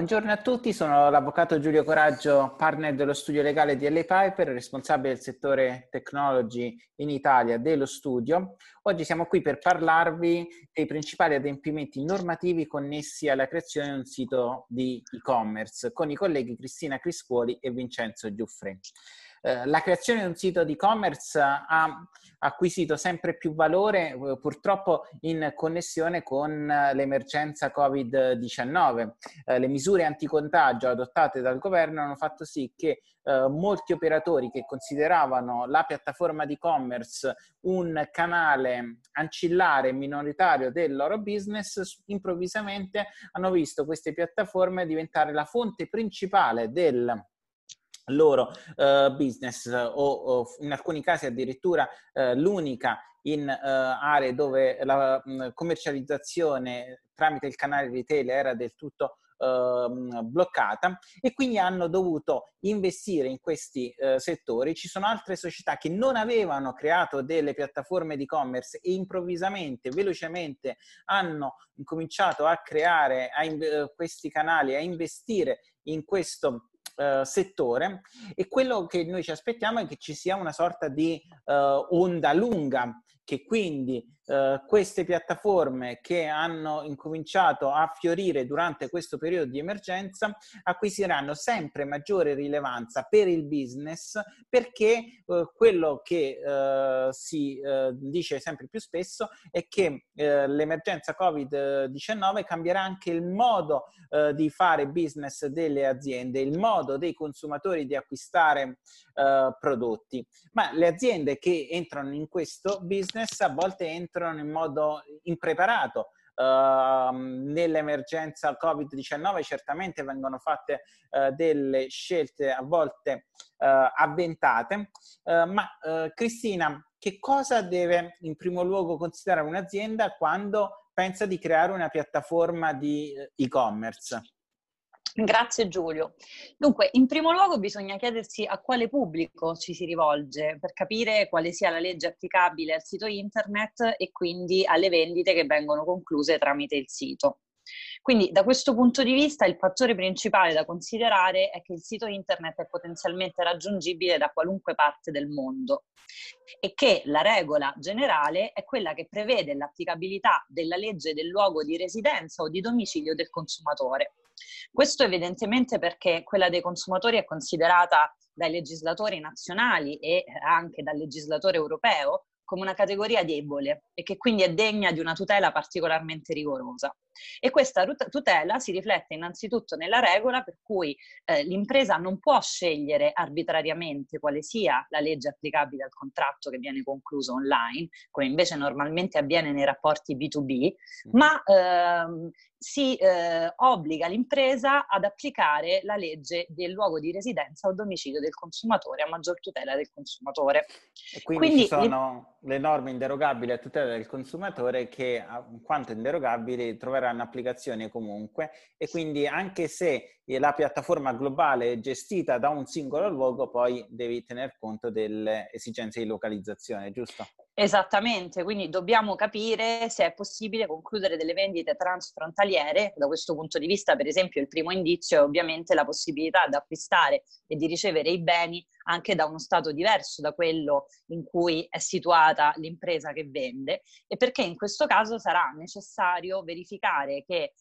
Buongiorno a tutti, sono l'avvocato Giulio Coraggio, partner dello studio legale di LA Piper, responsabile del settore technology in Italia dello studio. Oggi siamo qui per parlarvi dei principali adempimenti normativi connessi alla creazione di un sito di e-commerce con i colleghi Cristina Criscuoli e Vincenzo Giuffre. La creazione di un sito di e-commerce ha acquisito sempre più valore, purtroppo in connessione con l'emergenza Covid-19. Le misure anticontagio adottate dal governo hanno fatto sì che molti operatori che consideravano la piattaforma di e-commerce un canale ancillare minoritario del loro business, improvvisamente hanno visto queste piattaforme diventare la fonte principale del loro business o in alcuni casi addirittura l'unica in aree dove la commercializzazione tramite il canale retail era del tutto bloccata, e quindi hanno dovuto investire in questi settori. Ci sono altre società che non avevano creato delle piattaforme di e-commerce e improvvisamente, velocemente hanno incominciato a creare questi canali, a investire in questo settore, e quello che noi ci aspettiamo è che ci sia una sorta di onda lunga, che quindi queste piattaforme che hanno incominciato a fiorire durante questo periodo di emergenza acquisiranno sempre maggiore rilevanza per il business, perché quello che si dice sempre più spesso è che l'emergenza Covid-19 cambierà anche il modo di fare business delle aziende, il modo dei consumatori di acquistare prodotti. Ma le aziende che entrano in questo business a volte entrano in modo impreparato. Nell'emergenza Covid-19 certamente vengono fatte delle scelte a volte avventate, ma Cristina, che cosa deve in primo luogo considerare un'azienda quando pensa di creare una piattaforma di e-commerce? Grazie Giulio. Dunque, in primo luogo bisogna chiedersi a quale pubblico ci si rivolge per capire quale sia la legge applicabile al sito internet e quindi alle vendite che vengono concluse tramite il sito. Quindi da questo punto di vista il fattore principale da considerare è che il sito internet è potenzialmente raggiungibile da qualunque parte del mondo e che la regola generale è quella che prevede l'applicabilità della legge del luogo di residenza o di domicilio del consumatore. Questo evidentemente perché quella dei consumatori è considerata dai legislatori nazionali e anche dal legislatore europeo come una categoria debole e che quindi è degna di una tutela particolarmente rigorosa. E questa tutela si riflette innanzitutto nella regola per cui l'impresa non può scegliere arbitrariamente quale sia la legge applicabile al contratto che viene concluso online, come invece normalmente avviene nei rapporti B2B, ma si obbliga l'impresa ad applicare la legge del luogo di residenza o domicilio del consumatore a maggior tutela del consumatore. E quindi ci sono le norme inderogabili a tutela del consumatore che, in quanto inderogabili, troveranno applicazione comunque, e quindi anche se la piattaforma globale è gestita da un singolo luogo, poi devi tener conto delle esigenze di localizzazione, giusto? Esattamente, quindi dobbiamo capire se è possibile concludere delle vendite transfrontaliere. Da questo punto di vista, per esempio, il primo indizio è ovviamente la possibilità di acquistare e di ricevere i beni anche da uno stato diverso da quello in cui è situata l'impresa che vende, e perché in questo caso sarà necessario verificare che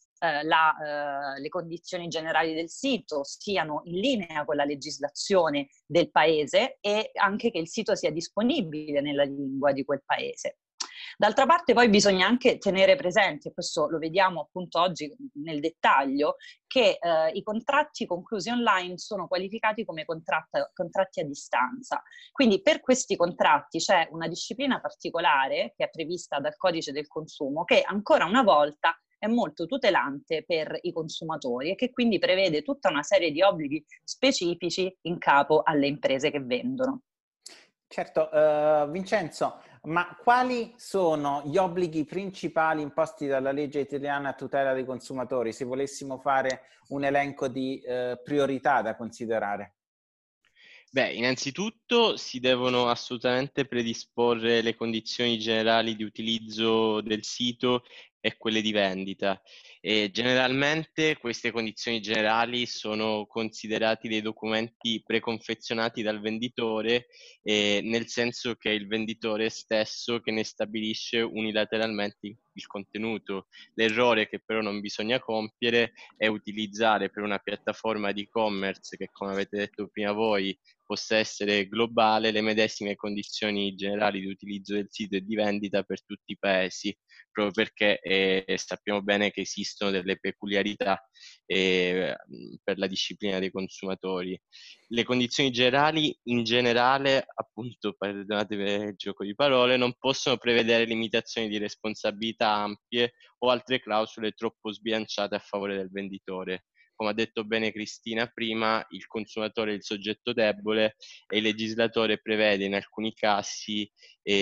le condizioni generali del sito siano in linea con la legislazione del paese e anche che il sito sia disponibile nella lingua di quel paese. D'altra parte poi bisogna anche tenere presente, e questo lo vediamo appunto oggi nel dettaglio, che i contratti conclusi online sono qualificati come contratti a distanza. Quindi per questi contratti c'è una disciplina particolare che è prevista dal Codice del Consumo che ancora una volta è molto tutelante per i consumatori e che quindi prevede tutta una serie di obblighi specifici in capo alle imprese che vendono. Certo, Vincenzo, ma quali sono gli obblighi principali imposti dalla legge italiana a tutela dei consumatori, se volessimo fare un elenco di priorità da considerare? Beh, innanzitutto si devono assolutamente predisporre le condizioni generali di utilizzo del sito e quelle di vendita. E generalmente queste condizioni generali sono considerati dei documenti preconfezionati dal venditore, nel senso che è il venditore stesso che ne stabilisce unilateralmente il contenuto. L'errore che però non bisogna compiere è utilizzare per una piattaforma di e-commerce che, come avete detto prima voi, possa essere globale, le medesime condizioni generali di utilizzo del sito e di vendita per tutti i paesi, proprio perché sappiamo bene che esistono delle peculiarità per la disciplina dei consumatori. Le condizioni generali, in generale, appunto, perdonatemi il gioco di parole, non possono prevedere limitazioni di responsabilità ampie o altre clausole troppo sbilanciate a favore del venditore. Come ha detto bene Cristina prima, il consumatore è il soggetto debole e il legislatore prevede in alcuni casi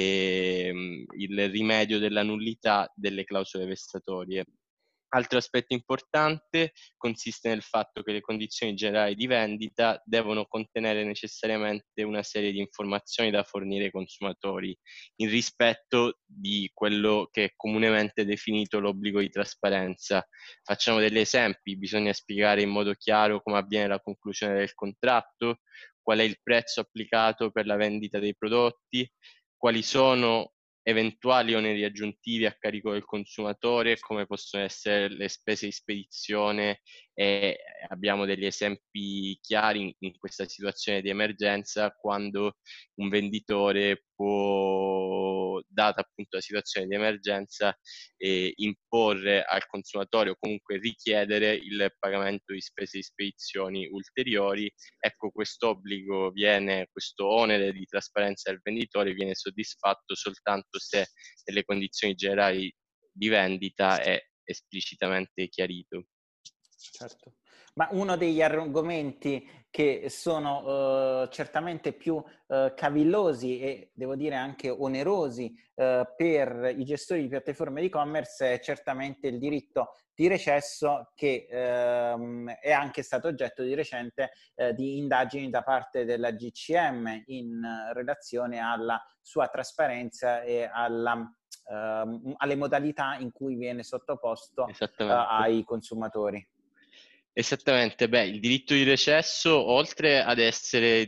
il rimedio della nullità delle clausole vessatorie. Altro aspetto importante consiste nel fatto che le condizioni generali di vendita devono contenere necessariamente una serie di informazioni da fornire ai consumatori, in rispetto di quello che è comunemente definito l'obbligo di trasparenza. Facciamo degli esempi: bisogna spiegare in modo chiaro come avviene la conclusione del contratto, qual è il prezzo applicato per la vendita dei prodotti, quali sono eventuali oneri aggiuntivi a carico del consumatore, come possono essere le spese di spedizione, e abbiamo degli esempi chiari in questa situazione di emergenza, quando un venditore può, data appunto la situazione di emergenza, imporre al consumatore o comunque richiedere il pagamento di spese di spedizioni ulteriori. Ecco, questo onere di trasparenza del venditore viene soddisfatto soltanto se nelle condizioni generali di vendita è esplicitamente chiarito. Certo. Ma uno degli argomenti che sono certamente più cavillosi e devo dire anche onerosi per i gestori di piattaforme di e-commerce è certamente il diritto di recesso, che è anche stato oggetto di recente di indagini da parte della GCM in relazione alla sua trasparenza e alle modalità in cui viene sottoposto ai consumatori. Esattamente, il diritto di recesso, oltre ad essere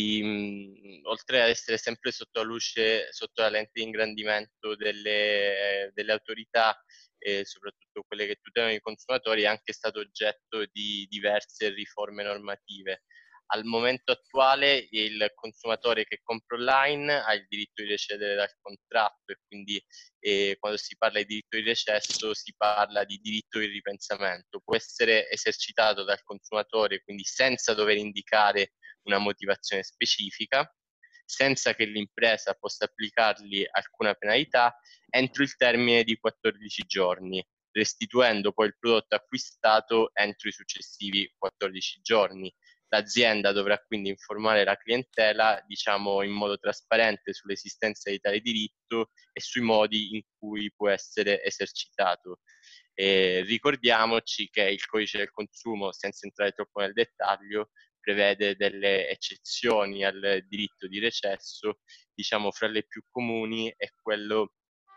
sempre sotto la luce, sotto la lente di ingrandimento delle autorità, soprattutto quelle che tutelano i consumatori, è anche stato oggetto di diverse riforme normative. Al momento attuale il consumatore che compra online ha il diritto di recedere dal contratto, e quindi quando si parla di diritto di recesso si parla di diritto di ripensamento. Può essere esercitato dal consumatore, quindi senza dover indicare una motivazione specifica, senza che l'impresa possa applicargli alcuna penalità, entro il termine di 14 giorni, restituendo poi il prodotto acquistato entro i successivi 14 giorni. L'azienda dovrà quindi informare la clientela, in modo trasparente, sull'esistenza di tale diritto e sui modi in cui può essere esercitato. Ricordiamoci che il codice del consumo, senza entrare troppo nel dettaglio, prevede delle eccezioni al diritto di recesso. Fra le più comuni è quello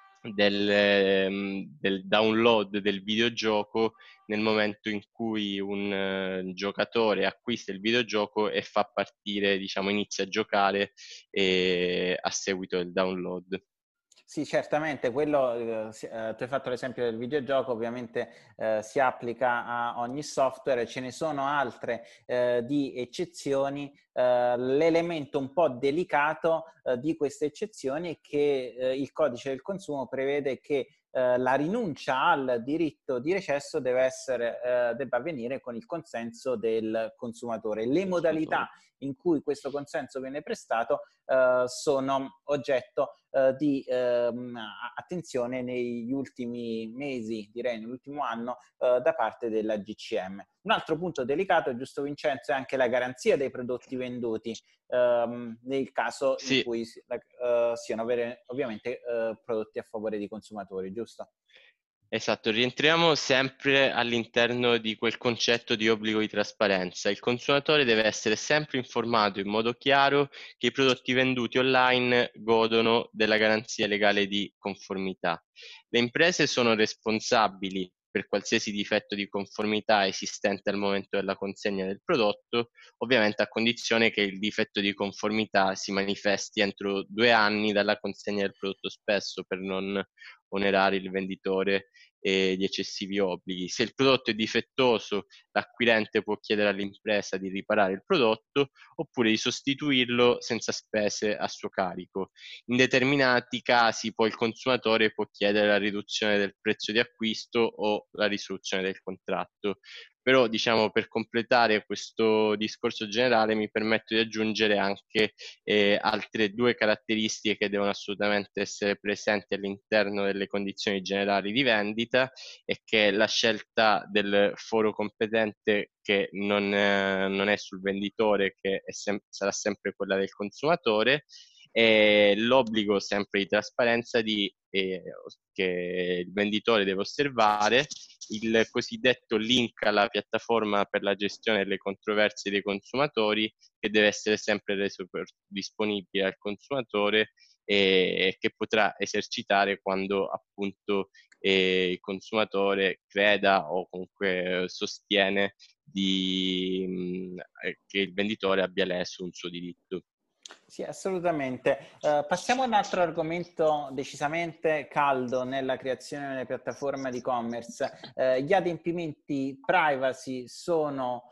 del download del videogioco nel momento in cui un giocatore acquista il videogioco e fa partire, inizia a giocare a seguito del download. Sì, certamente, quello, tu hai fatto l'esempio del videogioco, ovviamente si applica a ogni software, ce ne sono altre di eccezioni. L'elemento un po' delicato di queste eccezioni è che il codice del consumo prevede che la rinuncia al diritto di recesso debba avvenire con il consenso del consumatore. Le modalità in cui questo consenso viene prestato sono oggetto di attenzione negli ultimi mesi, direi nell'ultimo anno, da parte della GCM. Un altro punto delicato, giusto Vincenzo, è anche la garanzia dei prodotti venduti, nel caso in cui siano ovviamente prodotti a favore dei consumatori, giusto? Esatto, rientriamo sempre all'interno di quel concetto di obbligo di trasparenza. Il consumatore deve essere sempre informato in modo chiaro che i prodotti venduti online godono della garanzia legale di conformità. Le imprese sono responsabili per qualsiasi difetto di conformità esistente al momento della consegna del prodotto, ovviamente a condizione che il difetto di conformità si manifesti entro 2 anni dalla consegna del prodotto stesso, per non onerare il venditore di eccessivi obblighi. Se il prodotto è difettoso, l'acquirente può chiedere all'impresa di riparare il prodotto oppure di sostituirlo senza spese a suo carico. In determinati casi poi il consumatore può chiedere la riduzione del prezzo di acquisto o la risoluzione del contratto. Però, diciamo, per completare questo discorso generale mi permetto di aggiungere anche altre 2 caratteristiche che devono assolutamente essere presenti all'interno delle condizioni generali di vendita, e che è la scelta del foro competente, che non è sul venditore, che sarà sempre quella del consumatore, e l'obbligo sempre di trasparenza che il venditore deve osservare, il cosiddetto link alla piattaforma per la gestione delle controversie dei consumatori, che deve essere sempre reso disponibile al consumatore e che potrà esercitare quando appunto il consumatore creda o comunque sostiene che il venditore abbia leso un suo diritto. Sì, assolutamente. Passiamo a un altro argomento decisamente caldo nella creazione delle piattaforme di e-commerce. Gli adempimenti privacy sono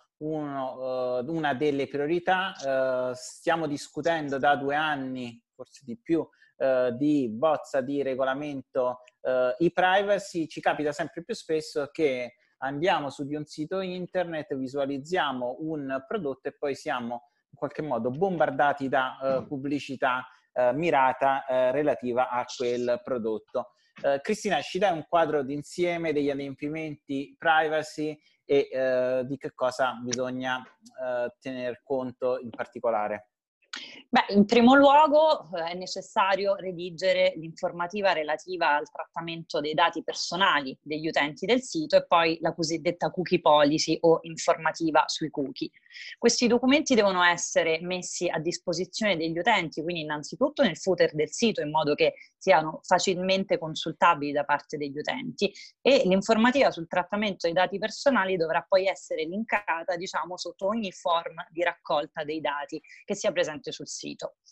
una delle priorità. Stiamo discutendo da 2 anni, forse di più, di bozza di regolamento e-privacy. Ci capita sempre più spesso che andiamo su di un sito internet, visualizziamo un prodotto e poi siamo in qualche modo bombardati da pubblicità mirata relativa a quel prodotto. Cristina, ci dai un quadro d'insieme degli adempimenti privacy e di che cosa bisogna tener conto in particolare? Beh, in primo luogo è necessario redigere l'informativa relativa al trattamento dei dati personali degli utenti del sito e poi la cosiddetta cookie policy o informativa sui cookie. Questi documenti devono essere messi a disposizione degli utenti, quindi innanzitutto nel footer del sito, in modo che siano facilmente consultabili da parte degli utenti, e l'informativa sul trattamento dei dati personali dovrà poi essere linkata, diciamo, sotto ogni form di raccolta dei dati che sia presente sul sito.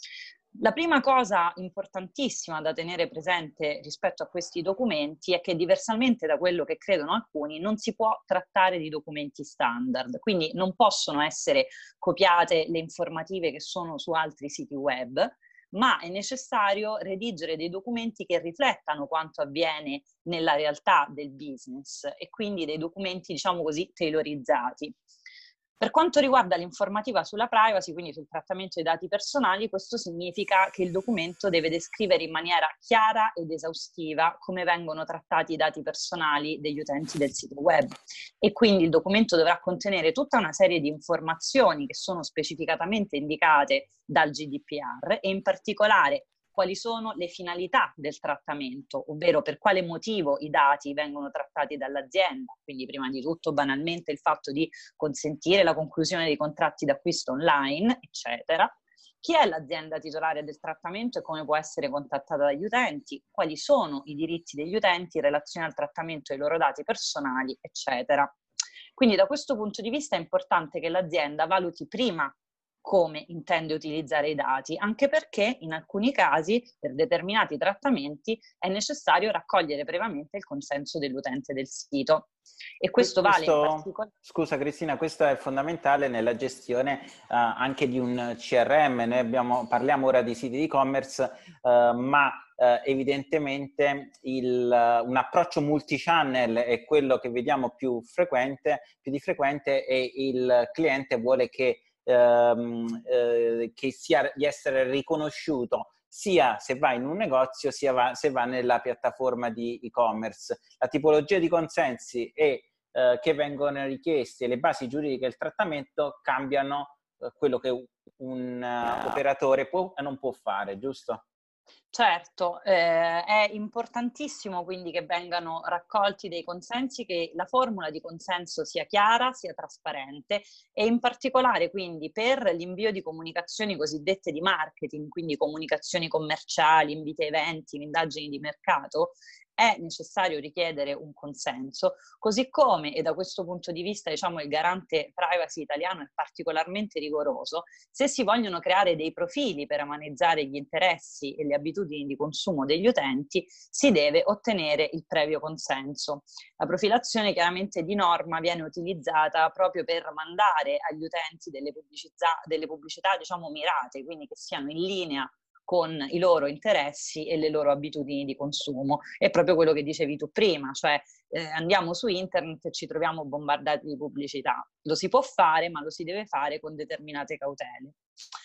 La prima cosa importantissima da tenere presente rispetto a questi documenti è che, diversamente da quello che credono alcuni, non si può trattare di documenti standard, quindi non possono essere copiate le informative che sono su altri siti web, ma è necessario redigere dei documenti che riflettano quanto avviene nella realtà del business, e quindi dei documenti, diciamo così, tailorizzati. Per quanto riguarda l'informativa sulla privacy, quindi sul trattamento dei dati personali, questo significa che il documento deve descrivere in maniera chiara ed esaustiva come vengono trattati i dati personali degli utenti del sito web, e quindi il documento dovrà contenere tutta una serie di informazioni che sono specificatamente indicate dal GDPR, e in particolare quali sono le finalità del trattamento, ovvero per quale motivo i dati vengono trattati dall'azienda. Quindi, prima di tutto, banalmente, il fatto di consentire la conclusione dei contratti d'acquisto online, eccetera. Chi è l'azienda titolare del trattamento e come può essere contattata dagli utenti, quali sono i diritti degli utenti in relazione al trattamento dei loro dati personali, eccetera. Quindi, da questo punto di vista è importante che l'azienda valuti prima come intende utilizzare i dati, anche perché in alcuni casi, per determinati trattamenti, è necessario raccogliere previamente il consenso dell'utente del sito. E questo vale in particolare... Scusa Cristina, questo è fondamentale nella gestione anche di un CRM. Noi parliamo ora di siti di e-commerce, ma evidentemente un approccio multi-channel è quello che vediamo più di frequente, e il cliente vuole che sia di essere riconosciuto sia se va in un negozio sia se va nella piattaforma di e-commerce. La tipologia di consensi che vengono richiesti e le basi giuridiche del trattamento cambiano quello che un operatore può e non può fare, giusto? Certo, è importantissimo quindi che vengano raccolti dei consensi, che la formula di consenso sia chiara, sia trasparente e in particolare quindi per l'invio di comunicazioni cosiddette di marketing, quindi comunicazioni commerciali, inviti a eventi, indagini di mercato, è necessario richiedere un consenso, così come, e da questo punto di vista diciamo il garante privacy italiano è particolarmente rigoroso, se si vogliono creare dei profili per analizzare gli interessi e le abitudini di consumo degli utenti, si deve ottenere il previo consenso. La profilazione chiaramente di norma viene utilizzata proprio per mandare agli utenti delle pubblicità diciamo mirate, quindi che siano in linea con i loro interessi e le loro abitudini di consumo. È proprio quello che dicevi tu prima, cioè andiamo su internet e ci troviamo bombardati di pubblicità. Lo si può fare, ma lo si deve fare con determinate cautele.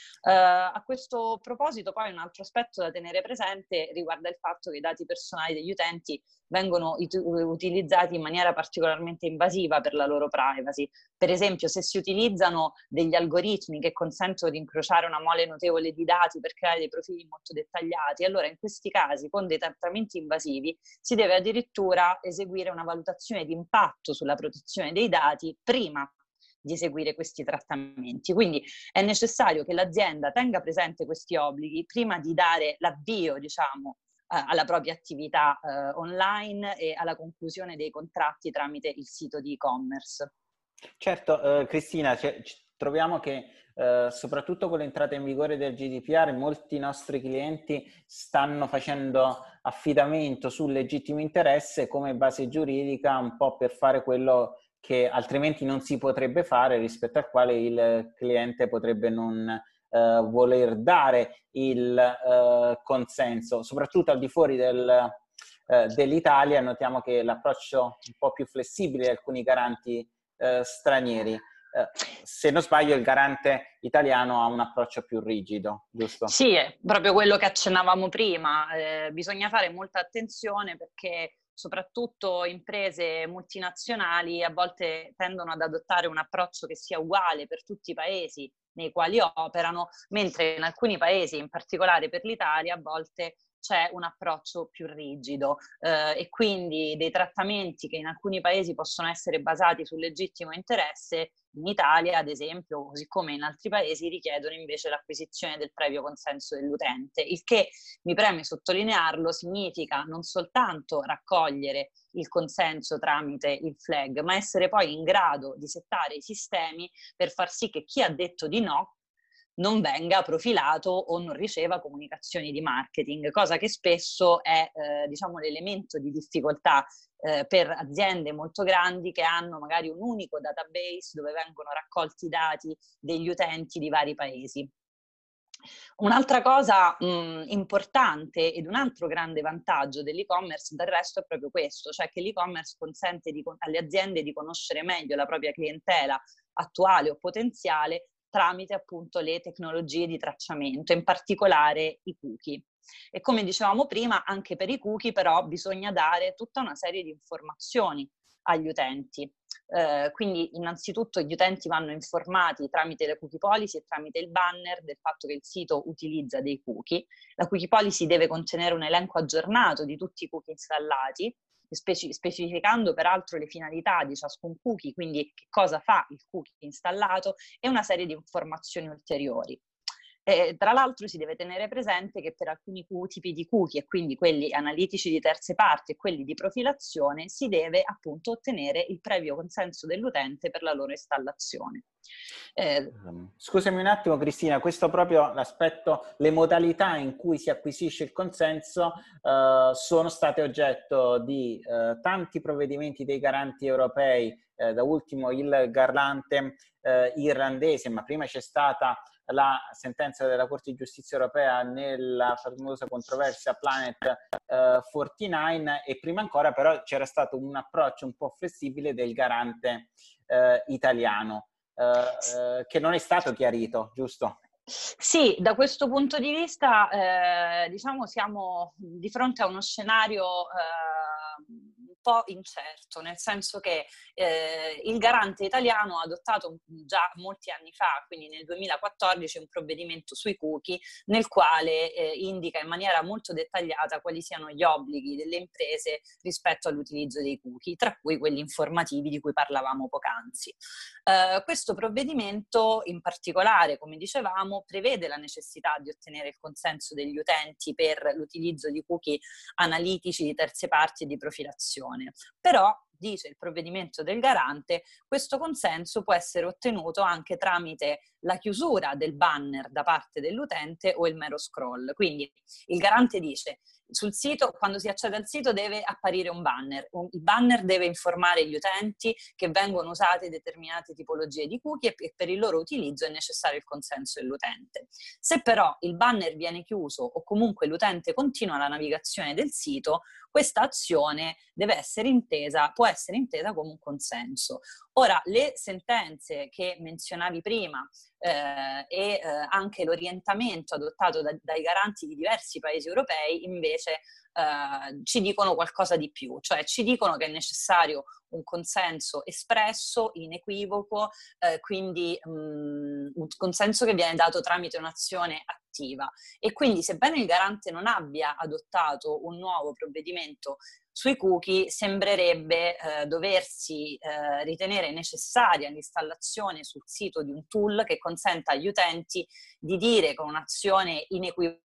A questo proposito poi un altro aspetto da tenere presente riguarda il fatto che i dati personali degli utenti vengono utilizzati in maniera particolarmente invasiva per la loro privacy. Per esempio, se si utilizzano degli algoritmi che consentono di incrociare una mole notevole di dati per creare dei profili molto dettagliati, allora in questi casi, con dei trattamenti invasivi, si deve addirittura eseguire una valutazione di impatto sulla protezione dei dati prima di eseguire questi trattamenti. Quindi è necessario che l'azienda tenga presente questi obblighi prima di dare l'avvio, diciamo, alla propria attività online e alla conclusione dei contratti tramite il sito di e-commerce. Certo, Cristina, troviamo che soprattutto con l'entrata in vigore del GDPR molti nostri clienti stanno facendo affidamento sul legittimo interesse come base giuridica un po' per fare quello che altrimenti non si potrebbe fare, rispetto al quale il cliente potrebbe non voler dare il consenso, soprattutto al di fuori dell'Italia. Notiamo che l'approccio un po' più flessibile di alcuni garanti stranieri. Se non sbaglio il garante italiano ha un approccio più rigido, giusto? Sì, è proprio quello che accennavamo prima. Bisogna fare molta attenzione perché soprattutto imprese multinazionali a volte tendono ad adottare un approccio che sia uguale per tutti i paesi nei quali operano, mentre in alcuni paesi, in particolare per l'Italia, a volte c'è un approccio più rigido e quindi dei trattamenti che in alcuni paesi possono essere basati sul legittimo interesse, in Italia, ad esempio, così come in altri paesi, richiedono invece l'acquisizione del previo consenso dell'utente, il che, mi preme sottolinearlo, significa non soltanto raccogliere il consenso tramite il flag, ma essere poi in grado di settare i sistemi per far sì che chi ha detto di no non venga profilato o non riceva comunicazioni di marketing, cosa che spesso è diciamo l'elemento di difficoltà per aziende molto grandi che hanno magari un unico database dove vengono raccolti i dati degli utenti di vari paesi. Un'altra cosa importante ed un altro grande vantaggio dell'e-commerce del resto è proprio questo, cioè che l'e-commerce consente alle aziende di conoscere meglio la propria clientela attuale o potenziale tramite appunto le tecnologie di tracciamento, in particolare i cookie. E come dicevamo prima, anche per i cookie però bisogna dare tutta una serie di informazioni agli utenti. Quindi innanzitutto gli utenti vanno informati tramite la cookie policy e tramite il banner del fatto che il sito utilizza dei cookie. La cookie policy deve contenere un elenco aggiornato di tutti i cookie installati, specificando peraltro le finalità di ciascun cookie, quindi che cosa fa il cookie installato e una serie di informazioni ulteriori. Tra l'altro si deve tenere presente che per alcuni tipi di cookie, e quindi quelli analitici di terze parti e quelli di profilazione, si deve appunto ottenere il previo consenso dell'utente per la loro installazione. Scusami un attimo Cristina, questo proprio l'aspetto, le modalità in cui si acquisisce il consenso sono state oggetto di tanti provvedimenti dei garanti europei, da ultimo il garante irlandese, ma prima c'è stata la sentenza della Corte di Giustizia europea nella famosa controversia Planet 49 e prima ancora però c'era stato un approccio un po' flessibile del garante italiano che non è stato chiarito, giusto? Sì, da questo punto di vista diciamo siamo di fronte a uno scenario un po' incerto, nel senso che il garante italiano ha adottato già molti anni fa, quindi nel 2014, un provvedimento sui cookie nel quale indica in maniera molto dettagliata quali siano gli obblighi delle imprese rispetto all'utilizzo dei cookie, tra cui quelli informativi di cui parlavamo poc'anzi. Questo provvedimento in particolare, come dicevamo, prevede la necessità di ottenere il consenso degli utenti per l'utilizzo di cookie analitici di terze parti e di profilazione. Però, dice il provvedimento del garante, questo consenso può essere ottenuto anche tramite la chiusura del banner da parte dell'utente o il mero scroll. Quindi il garante dice: sul sito, quando si accede al sito, deve apparire un banner. Il banner deve informare gli utenti che vengono usate determinate tipologie di cookie e per il loro utilizzo è necessario il consenso dell'utente. Se però il banner viene chiuso o comunque l'utente continua la navigazione del sito, questa azione può essere intesa come un consenso. Ora, le sentenze che menzionavi prima e anche l'orientamento adottato dai garanti di diversi paesi europei invece ci dicono qualcosa di più, cioè ci dicono che è necessario un consenso espresso, inequivoco, quindi un consenso che viene dato tramite un'azione attiva. E quindi, sebbene il garante non abbia adottato un nuovo provvedimento sui cookie, sembrerebbe doversi ritenere necessaria l'installazione sul sito di un tool che consenta agli utenti di dire con un'azione inequivoca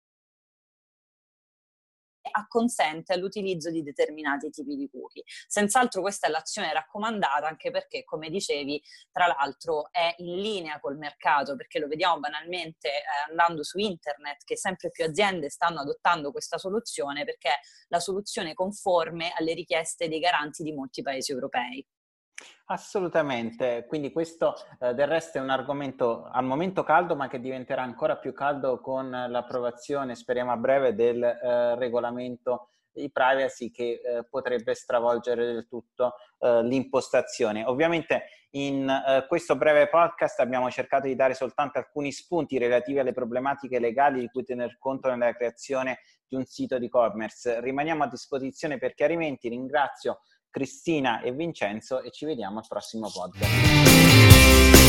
acconsente all'utilizzo di determinati tipi di cookie. Senz'altro questa è l'azione raccomandata, anche perché, come dicevi, tra l'altro è in linea col mercato, perché lo vediamo banalmente andando su internet che sempre più aziende stanno adottando questa soluzione, perché è la soluzione conforme alle richieste dei garanti di molti paesi europei. Assolutamente, quindi questo del resto è un argomento al momento caldo, ma che diventerà ancora più caldo con l'approvazione, speriamo a breve, del regolamento di privacy che potrebbe stravolgere del tutto l'impostazione. Ovviamente in questo breve podcast abbiamo cercato di dare soltanto alcuni spunti relativi alle problematiche legali di cui tener conto nella creazione di un sito di e-commerce. Rimaniamo a disposizione per chiarimenti. Ringrazio Cristina e Vincenzo e ci vediamo al prossimo podcast.